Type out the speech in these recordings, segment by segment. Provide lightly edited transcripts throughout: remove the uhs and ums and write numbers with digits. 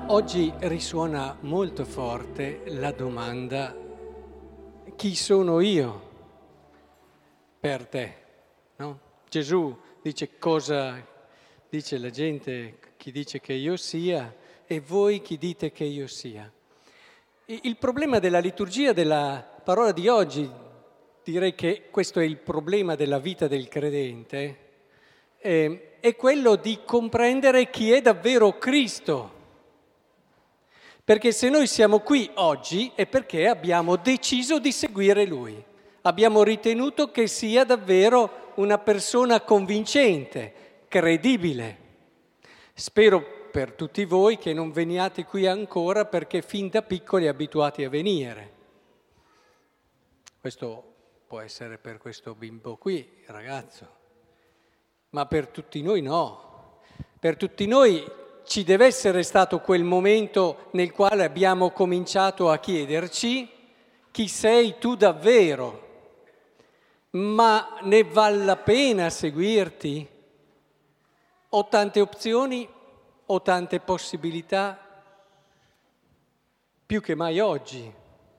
Oggi risuona molto forte la domanda: chi sono io per te? No? Gesù dice cosa dice la gente, chi dice che io sia, e voi chi dite che io sia. Il problema della liturgia della parola di oggi, direi che questo è il problema della vita del credente, è quello di comprendere chi è davvero Cristo. Perché se noi siamo qui oggi è perché abbiamo deciso di seguire Lui. Abbiamo ritenuto che sia davvero una persona convincente, credibile. Spero per tutti voi che non veniate qui ancora perché fin da piccoli abituati a venire. Questo può essere per questo bimbo qui, ragazzo, ma per tutti noi no. Per tutti noi ci deve essere stato quel momento nel quale abbiamo cominciato a chiederci chi sei tu davvero, ma ne vale la pena seguirti? Ho tante opzioni, ho tante possibilità, più che mai oggi.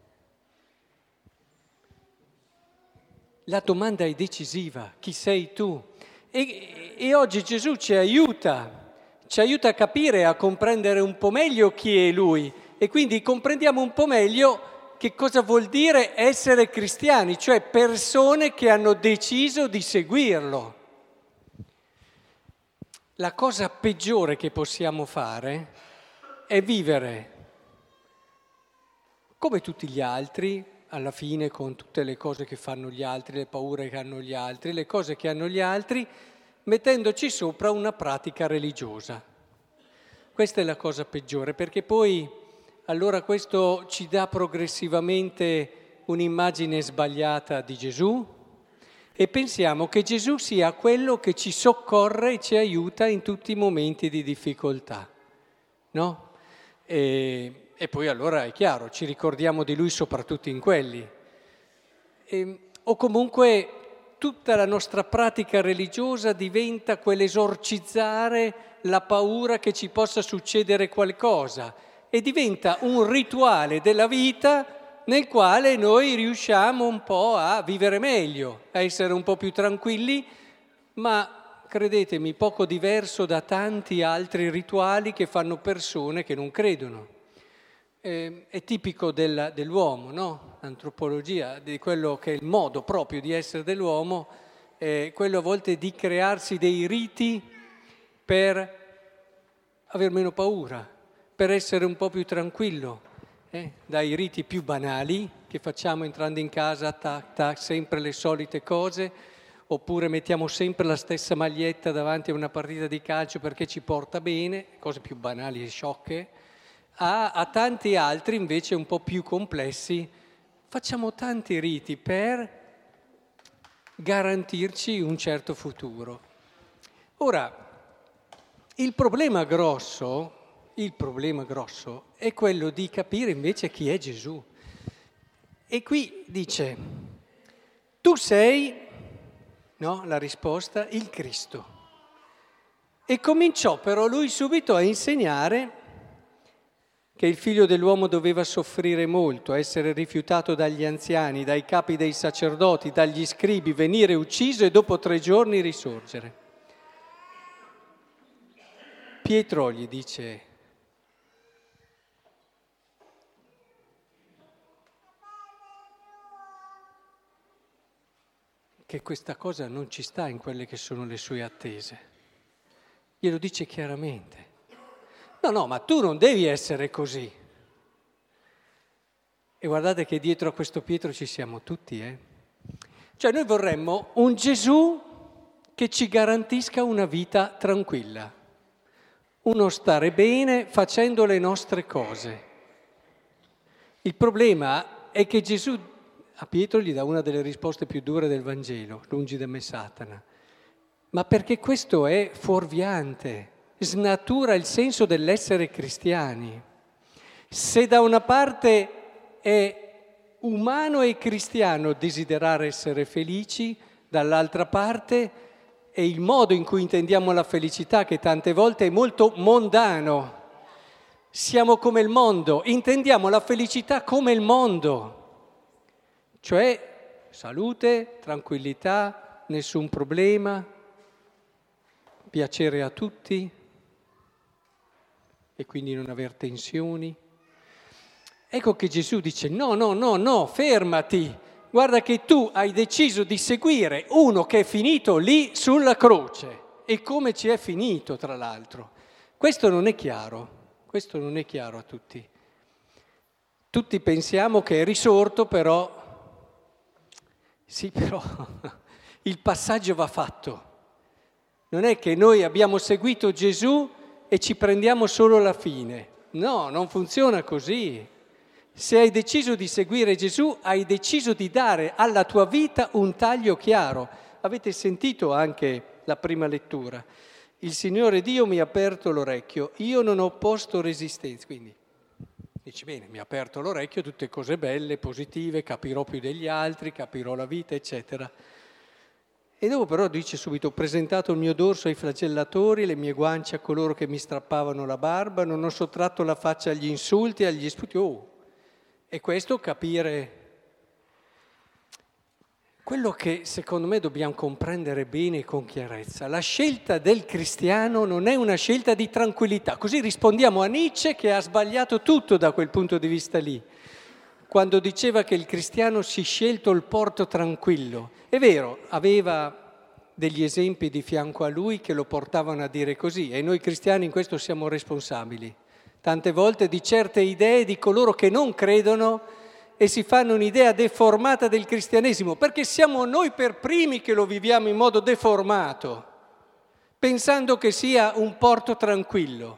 La domanda è decisiva, chi sei tu? E oggi Gesù ci aiuta a capire, a comprendere un po' meglio chi è Lui e quindi comprendiamo un po' meglio che cosa vuol dire essere cristiani, cioè persone che hanno deciso di seguirlo. La cosa peggiore che possiamo fare è vivere come tutti gli altri, alla fine con tutte le cose che fanno gli altri, le paure che hanno gli altri, le cose che hanno gli altri, mettendoci sopra una pratica religiosa. Questa è la cosa peggiore, perché poi allora questo ci dà progressivamente un'immagine sbagliata di Gesù e pensiamo che Gesù sia quello che ci soccorre e ci aiuta in tutti i momenti di difficoltà, no? E poi allora è chiaro, ci ricordiamo di Lui soprattutto in quelli. O comunque tutta la nostra pratica religiosa diventa quell'esorcizzare la paura che ci possa succedere qualcosa e diventa un rituale della vita nel quale noi riusciamo un po' a vivere meglio, a essere un po' più tranquilli, ma credetemi, poco diverso da tanti altri rituali che fanno persone che non credono. È tipico dell'uomo, no? L'antropologia, di quello che è il modo proprio di essere dell'uomo, quello a volte di crearsi dei riti per aver meno paura, per essere un po' più tranquillo, dai riti più banali che facciamo entrando in casa, tac, tac, sempre le solite cose, oppure mettiamo sempre la stessa maglietta davanti a una partita di calcio perché ci porta bene, cose più banali e sciocche, a tanti altri invece un po' più complessi. Facciamo tanti riti per garantirci un certo futuro. Ora, il problema grosso è quello di capire invece chi è Gesù. E qui dice, tu sei, no, la risposta, il Cristo. E cominciò però lui subito a insegnare che il figlio dell'uomo doveva soffrire molto, essere rifiutato dagli anziani, dai capi dei sacerdoti, dagli scribi, venire ucciso e dopo 3 giorni risorgere. Pietro gli dice: che questa cosa non ci sta in quelle che sono le sue attese. Glielo dice chiaramente. No, ma tu non devi essere così. E guardate che dietro a questo Pietro ci siamo tutti, Cioè noi vorremmo un Gesù che ci garantisca una vita tranquilla, uno stare bene facendo le nostre cose. Il problema è che Gesù a Pietro gli dà una delle risposte più dure del Vangelo, lungi da me Satana, ma perché questo è fuorviante, snatura il senso dell'essere cristiani. Se da una parte è umano e cristiano desiderare essere felici, dall'altra parte è il modo in cui intendiamo la felicità che tante volte è molto mondano. siamo come il mondo, intendiamo la felicità come il mondo, cioè salute, tranquillità, nessun problema, piacere a tutti e quindi non aver tensioni. Ecco che Gesù dice no, no, no, no, fermati, guarda che tu hai deciso di seguire uno che è finito lì sulla croce e come ci è finito tra l'altro. Questo non è chiaro a tutti. Tutti pensiamo che è risorto, però sì, però il passaggio va fatto. Non è che noi abbiamo seguito Gesù e ci prendiamo solo la fine. No, non funziona così. Se hai deciso di seguire Gesù, hai deciso di dare alla tua vita un taglio chiaro. Avete sentito anche la prima lettura. Il Signore Dio mi ha aperto l'orecchio, io non ho posto resistenza. Quindi dici bene, mi ha aperto l'orecchio, tutte cose belle, positive, capirò più degli altri, capirò la vita, eccetera. E dopo però dice subito, ho presentato il mio dorso ai flagellatori, le mie guance a coloro che mi strappavano la barba, non ho sottratto la faccia agli insulti, agli sputi. E questo capire quello che secondo me dobbiamo comprendere bene e con chiarezza. La scelta del cristiano non è una scelta di tranquillità. Così rispondiamo a Nietzsche che ha sbagliato tutto da quel punto di vista lì, quando diceva che il cristiano si è scelto il porto tranquillo. È vero, aveva degli esempi di fianco a lui che lo portavano a dire così e noi cristiani in questo siamo responsabili. Tante volte di certe idee di coloro che non credono e si fanno un'idea deformata del cristianesimo, perché siamo noi per primi che lo viviamo in modo deformato, pensando che sia un porto tranquillo.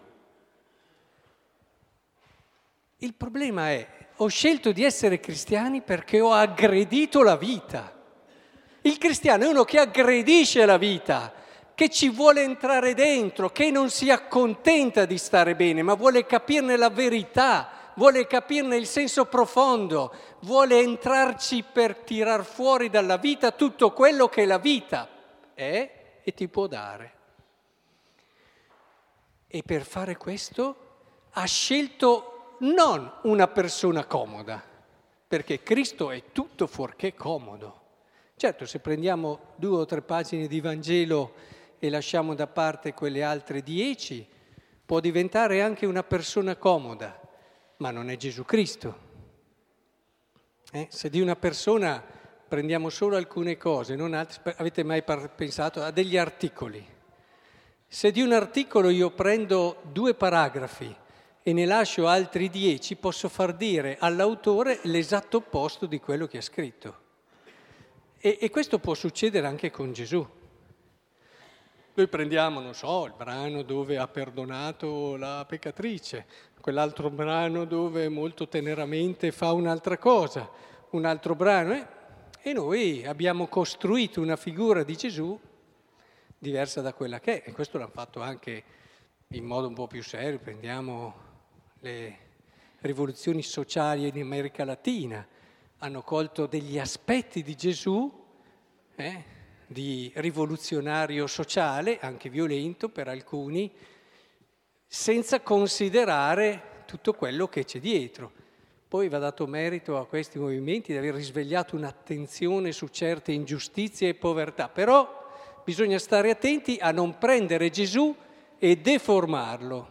Il problema è, ho scelto di essere cristiani perché ho aggredito la vita. Il cristiano è uno che aggredisce la vita, che ci vuole entrare dentro, che non si accontenta di stare bene, ma vuole capirne la verità, vuole capirne il senso profondo, vuole entrarci per tirar fuori dalla vita tutto quello che la vita è e ti può dare. E per fare questo ha scelto non una persona comoda, perché Cristo è tutto fuorché comodo. Certo, se prendiamo 2 o 3 pagine di Vangelo e lasciamo da parte quelle altre 10, può diventare anche una persona comoda, ma non è Gesù Cristo. Se di una persona prendiamo solo alcune cose, non altre, avete mai pensato a degli articoli? Se di un articolo io prendo 2 paragrafi e ne lascio altri 10, posso far dire all'autore l'esatto opposto di quello che ha scritto. E questo può succedere anche con Gesù. Noi prendiamo, non so, il brano dove ha perdonato la peccatrice, quell'altro brano dove molto teneramente fa un'altra cosa, un altro brano, e noi abbiamo costruito una figura di Gesù diversa da quella che è, e questo l'hanno fatto anche in modo un po' più serio. Prendiamo le rivoluzioni sociali in America Latina, hanno colto degli aspetti di Gesù, di rivoluzionario sociale, anche violento per alcuni, senza considerare tutto quello che c'è dietro. Poi va dato merito a questi movimenti di aver risvegliato un'attenzione su certe ingiustizie e povertà, però bisogna stare attenti a non prendere Gesù e deformarlo,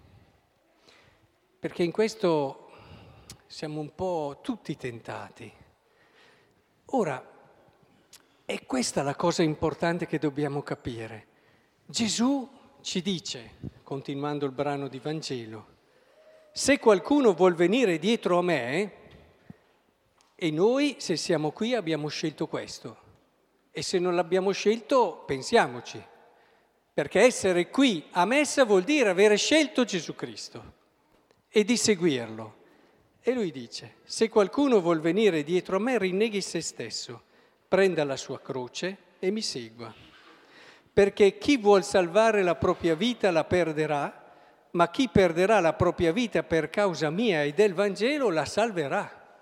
perché in questo siamo un po' tutti tentati. Ora, è questa la cosa importante che dobbiamo capire. Gesù ci dice, continuando il brano di Vangelo, se qualcuno vuol venire dietro a me, e noi se siamo qui abbiamo scelto questo, e se non l'abbiamo scelto pensiamoci, perché essere qui a messa vuol dire avere scelto Gesù Cristo e di seguirlo. E lui dice, se qualcuno vuol venire dietro a me, rinneghi se stesso, prenda la sua croce e mi segua. Perché chi vuol salvare la propria vita la perderà, ma chi perderà la propria vita per causa mia e del Vangelo la salverà.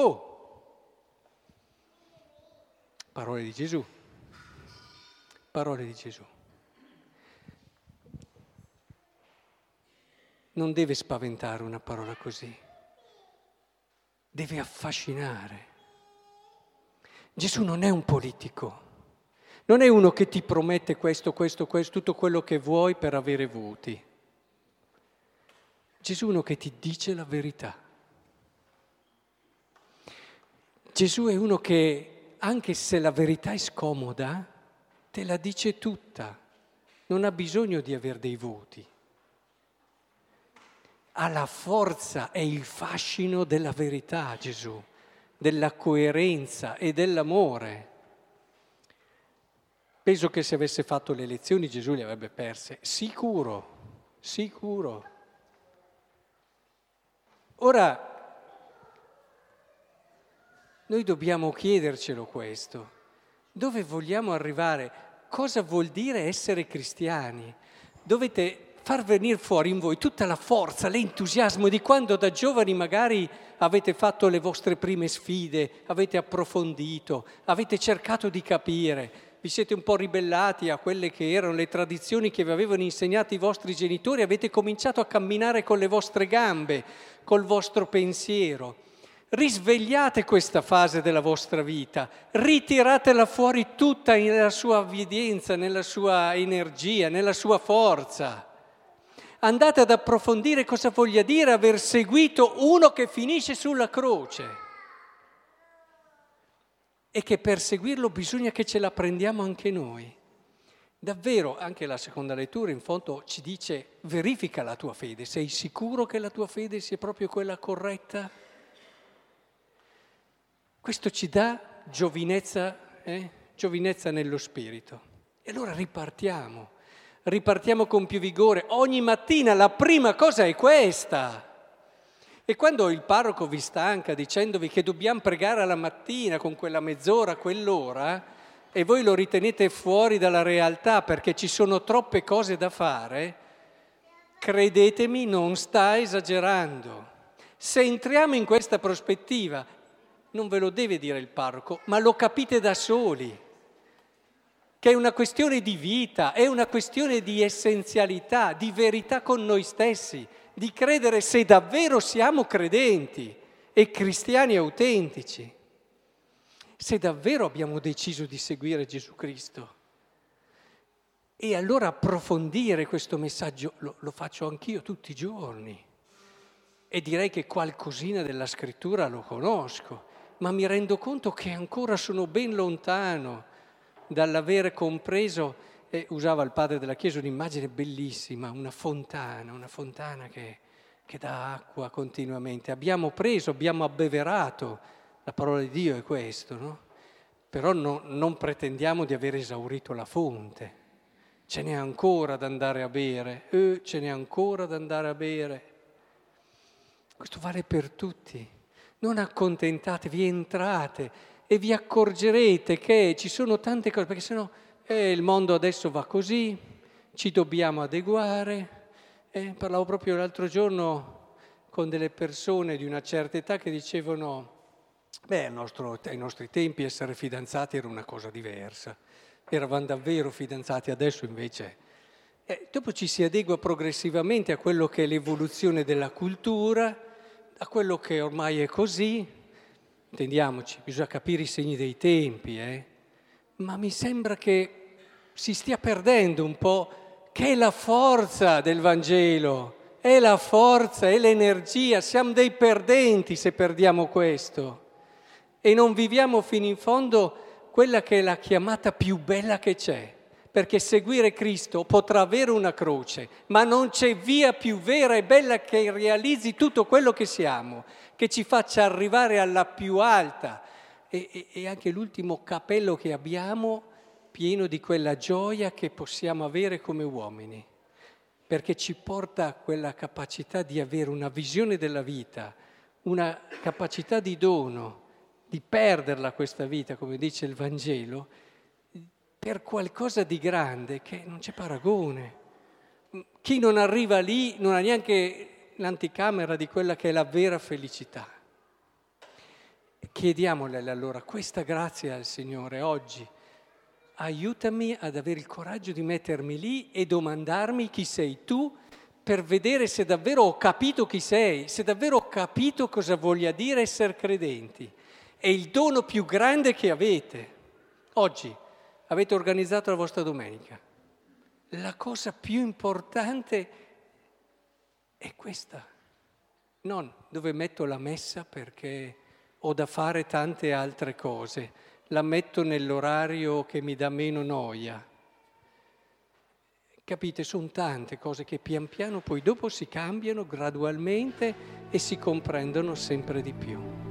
Parole di Gesù. Parole di Gesù. non deve spaventare una parola così, deve affascinare. Gesù non è un politico, non è uno che ti promette questo, tutto quello che vuoi per avere voti. Gesù è uno che ti dice la verità. Gesù è uno che, anche se la verità è scomoda, te la dice tutta, non ha bisogno di avere dei voti. Ha la forza e il fascino della verità, Gesù, della coerenza e dell'amore. Penso che se avesse fatto le elezioni Gesù le avrebbe perse, sicuro, sicuro. Ora, noi dobbiamo chiedercelo questo. Dove vogliamo arrivare? Cosa vuol dire essere cristiani? Dovete far venire fuori in voi tutta la forza, l'entusiasmo di quando da giovani magari avete fatto le vostre prime sfide, avete approfondito, avete cercato di capire, vi siete un po' ribellati a quelle che erano le tradizioni che vi avevano insegnato i vostri genitori, avete cominciato a camminare con le vostre gambe, col vostro pensiero. Risvegliate questa fase della vostra vita, ritiratela fuori tutta nella sua avvidenza, nella sua energia, nella sua forza. Andate ad approfondire cosa voglia dire aver seguito uno che finisce sulla croce e che per seguirlo bisogna che ce la prendiamo anche noi. Davvero, anche la seconda lettura in fondo ci dice: verifica la tua fede, sei sicuro che la tua fede sia proprio quella corretta? Questo ci dà giovinezza nello spirito. E allora ripartiamo con più vigore. Ogni mattina la prima cosa è questa. E quando il parroco vi stanca dicendovi che dobbiamo pregare alla mattina con quella mezz'ora, quell'ora, e voi lo ritenete fuori dalla realtà perché ci sono troppe cose da fare, credetemi, non sta esagerando. Se entriamo in questa prospettiva, non ve lo deve dire il parroco, ma lo capite da soli, che è una questione di vita, è una questione di essenzialità, di verità con noi stessi, di credere se davvero siamo credenti e cristiani autentici, se davvero abbiamo deciso di seguire Gesù Cristo. E allora approfondire questo messaggio lo faccio anch'io tutti i giorni e direi che qualcosina della scrittura lo conosco, ma mi rendo conto che ancora sono ben lontano dall'avere compreso. Usava il padre della Chiesa un'immagine bellissima, una fontana che dà acqua continuamente. Abbiamo abbeverato, la parola di Dio è questo, no? Però non pretendiamo di aver esaurito la fonte, ce n'è ancora da andare a bere, ce n'è ancora da andare a bere. Questo vale per tutti. Non accontentatevi, entrate e vi accorgerete che ci sono tante cose, perché sennò il mondo adesso va così, ci dobbiamo adeguare. Parlavo proprio l'altro giorno con delle persone di una certa età che dicevano: ai nostri tempi essere fidanzati era una cosa diversa, eravamo davvero fidanzati, adesso invece. Dopo ci si adegua progressivamente a quello che è l'evoluzione della cultura, a quello che ormai è così. Intendiamoci, bisogna capire i segni dei tempi, ma mi sembra che si stia perdendo un po', che è la forza del Vangelo, è la forza, è l'energia. Siamo dei perdenti se perdiamo questo e non viviamo fino in fondo quella che è la chiamata più bella che c'è, perché seguire Cristo potrà avere una croce, ma non c'è via più vera e bella che realizzi tutto quello che siamo, che ci faccia arrivare alla più alta e anche l'ultimo cappello che abbiamo pieno di quella gioia che possiamo avere come uomini, perché ci porta a quella capacità di avere una visione della vita, una capacità di dono, di perderla questa vita, come dice il Vangelo, per qualcosa di grande che non c'è paragone. Chi non arriva lì non ha neanche l'anticamera di quella che è la vera felicità. Chiediamole allora questa grazia al Signore oggi. Aiutami ad avere il coraggio di mettermi lì e domandarmi chi sei tu per vedere se davvero ho capito chi sei, se davvero ho capito cosa voglia dire essere credenti. È il dono più grande che avete. Oggi avete organizzato la vostra domenica. La cosa più importante è questa. Non dove metto la messa perché ho da fare tante altre cose. La metto nell'orario che mi dà meno noia. Capite, sono tante cose che pian piano poi dopo si cambiano gradualmente e si comprendono sempre di più.